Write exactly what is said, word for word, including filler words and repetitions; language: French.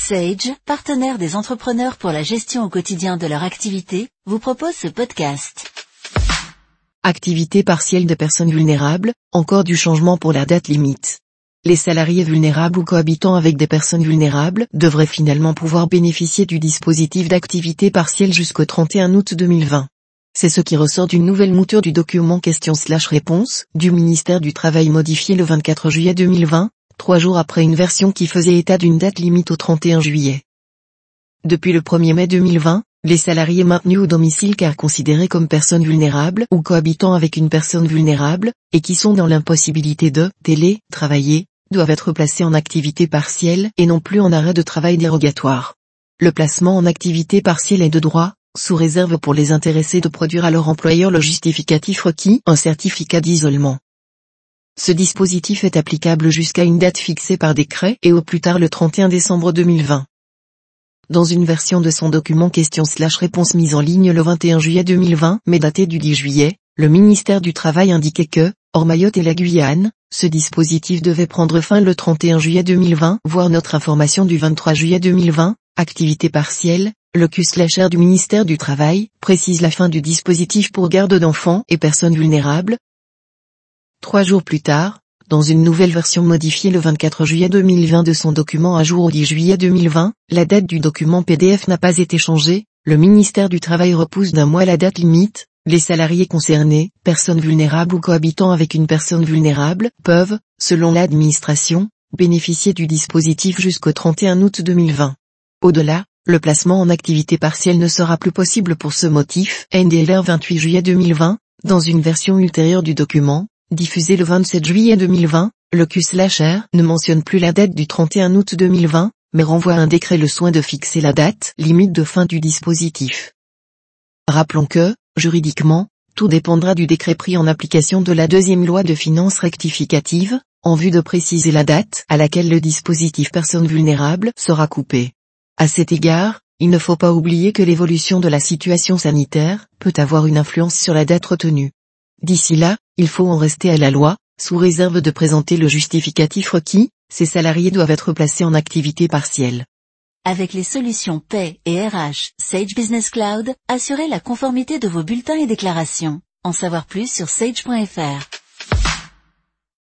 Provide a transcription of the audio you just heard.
Sage, partenaire des entrepreneurs pour la gestion au quotidien de leur activité, vous propose ce podcast. Activité partielle de personnes vulnérables, encore du changement pour la date limite. Les salariés vulnérables ou cohabitant avec des personnes vulnérables devraient finalement pouvoir bénéficier du dispositif d'activité partielle jusqu'au trente et un août deux mille vingt. C'est ce qui ressort d'une nouvelle mouture du document questions/réponses du ministère du Travail modifié le vingt-quatre juillet deux mille vingt, trois jours après une version qui faisait état d'une date limite au trente et un juillet. Depuis le premier mai deux mille vingt, les salariés maintenus au domicile car considérés comme personnes vulnérables ou cohabitant avec une personne vulnérable, et qui sont dans l'impossibilité de télé-travailler, doivent être placés en activité partielle et non plus en arrêt de travail dérogatoire. Le placement en activité partielle est de droit, sous réserve pour les intéressés de produire à leur employeur le justificatif requis, un certificat d'isolement. Ce dispositif est applicable jusqu'à une date fixée par décret et au plus tard le trente et un décembre deux mille vingt. Dans une version de son document questions/réponses mise en ligne le vingt et un juillet deux mille vingt, mais datée du dix juillet, le ministère du Travail indiquait que, hors Mayotte et la Guyane, ce dispositif devait prendre fin le trente et un juillet deux mille vingt, voir notre information du vingt-trois juillet deux mille vingt, activité partielle, le Q/R du ministère du Travail, précise la fin du dispositif pour garde d'enfants et personnes vulnérables. Trois jours plus tard, dans une nouvelle version modifiée le vingt-quatre juillet deux mille vingt de son document à jour au dix juillet deux mille vingt, la date du document P D F n'a pas été changée, le ministère du Travail repousse d'un mois la date limite, les salariés concernés, personnes vulnérables ou cohabitant avec une personne vulnérable, peuvent, selon l'administration, bénéficier du dispositif jusqu'au trente et un août deux mille vingt. Au-delà, le placement en activité partielle ne sera plus possible pour ce motif, N D L R vingt-huit juillet deux mille vingt, dans une version ultérieure du document, diffusé le vingt-sept juillet deux mille vingt, le Q/R ne mentionne plus la date du trente et un août deux mille vingt, mais renvoie à un décret le soin de fixer la date limite de fin du dispositif. Rappelons que, juridiquement, tout dépendra du décret pris en application de la deuxième loi de finances rectificative, en vue de préciser la date à laquelle le dispositif personnes vulnérables sera coupé. À cet égard, il ne faut pas oublier que l'évolution de la situation sanitaire peut avoir une influence sur la date retenue. D'ici là, il faut en rester à la loi, sous réserve de présenter le justificatif requis, ces salariés doivent être placés en activité partielle. Avec les solutions Paie et R H Sage Business Cloud, assurez la conformité de vos bulletins et déclarations. En savoir plus sur sage point f r.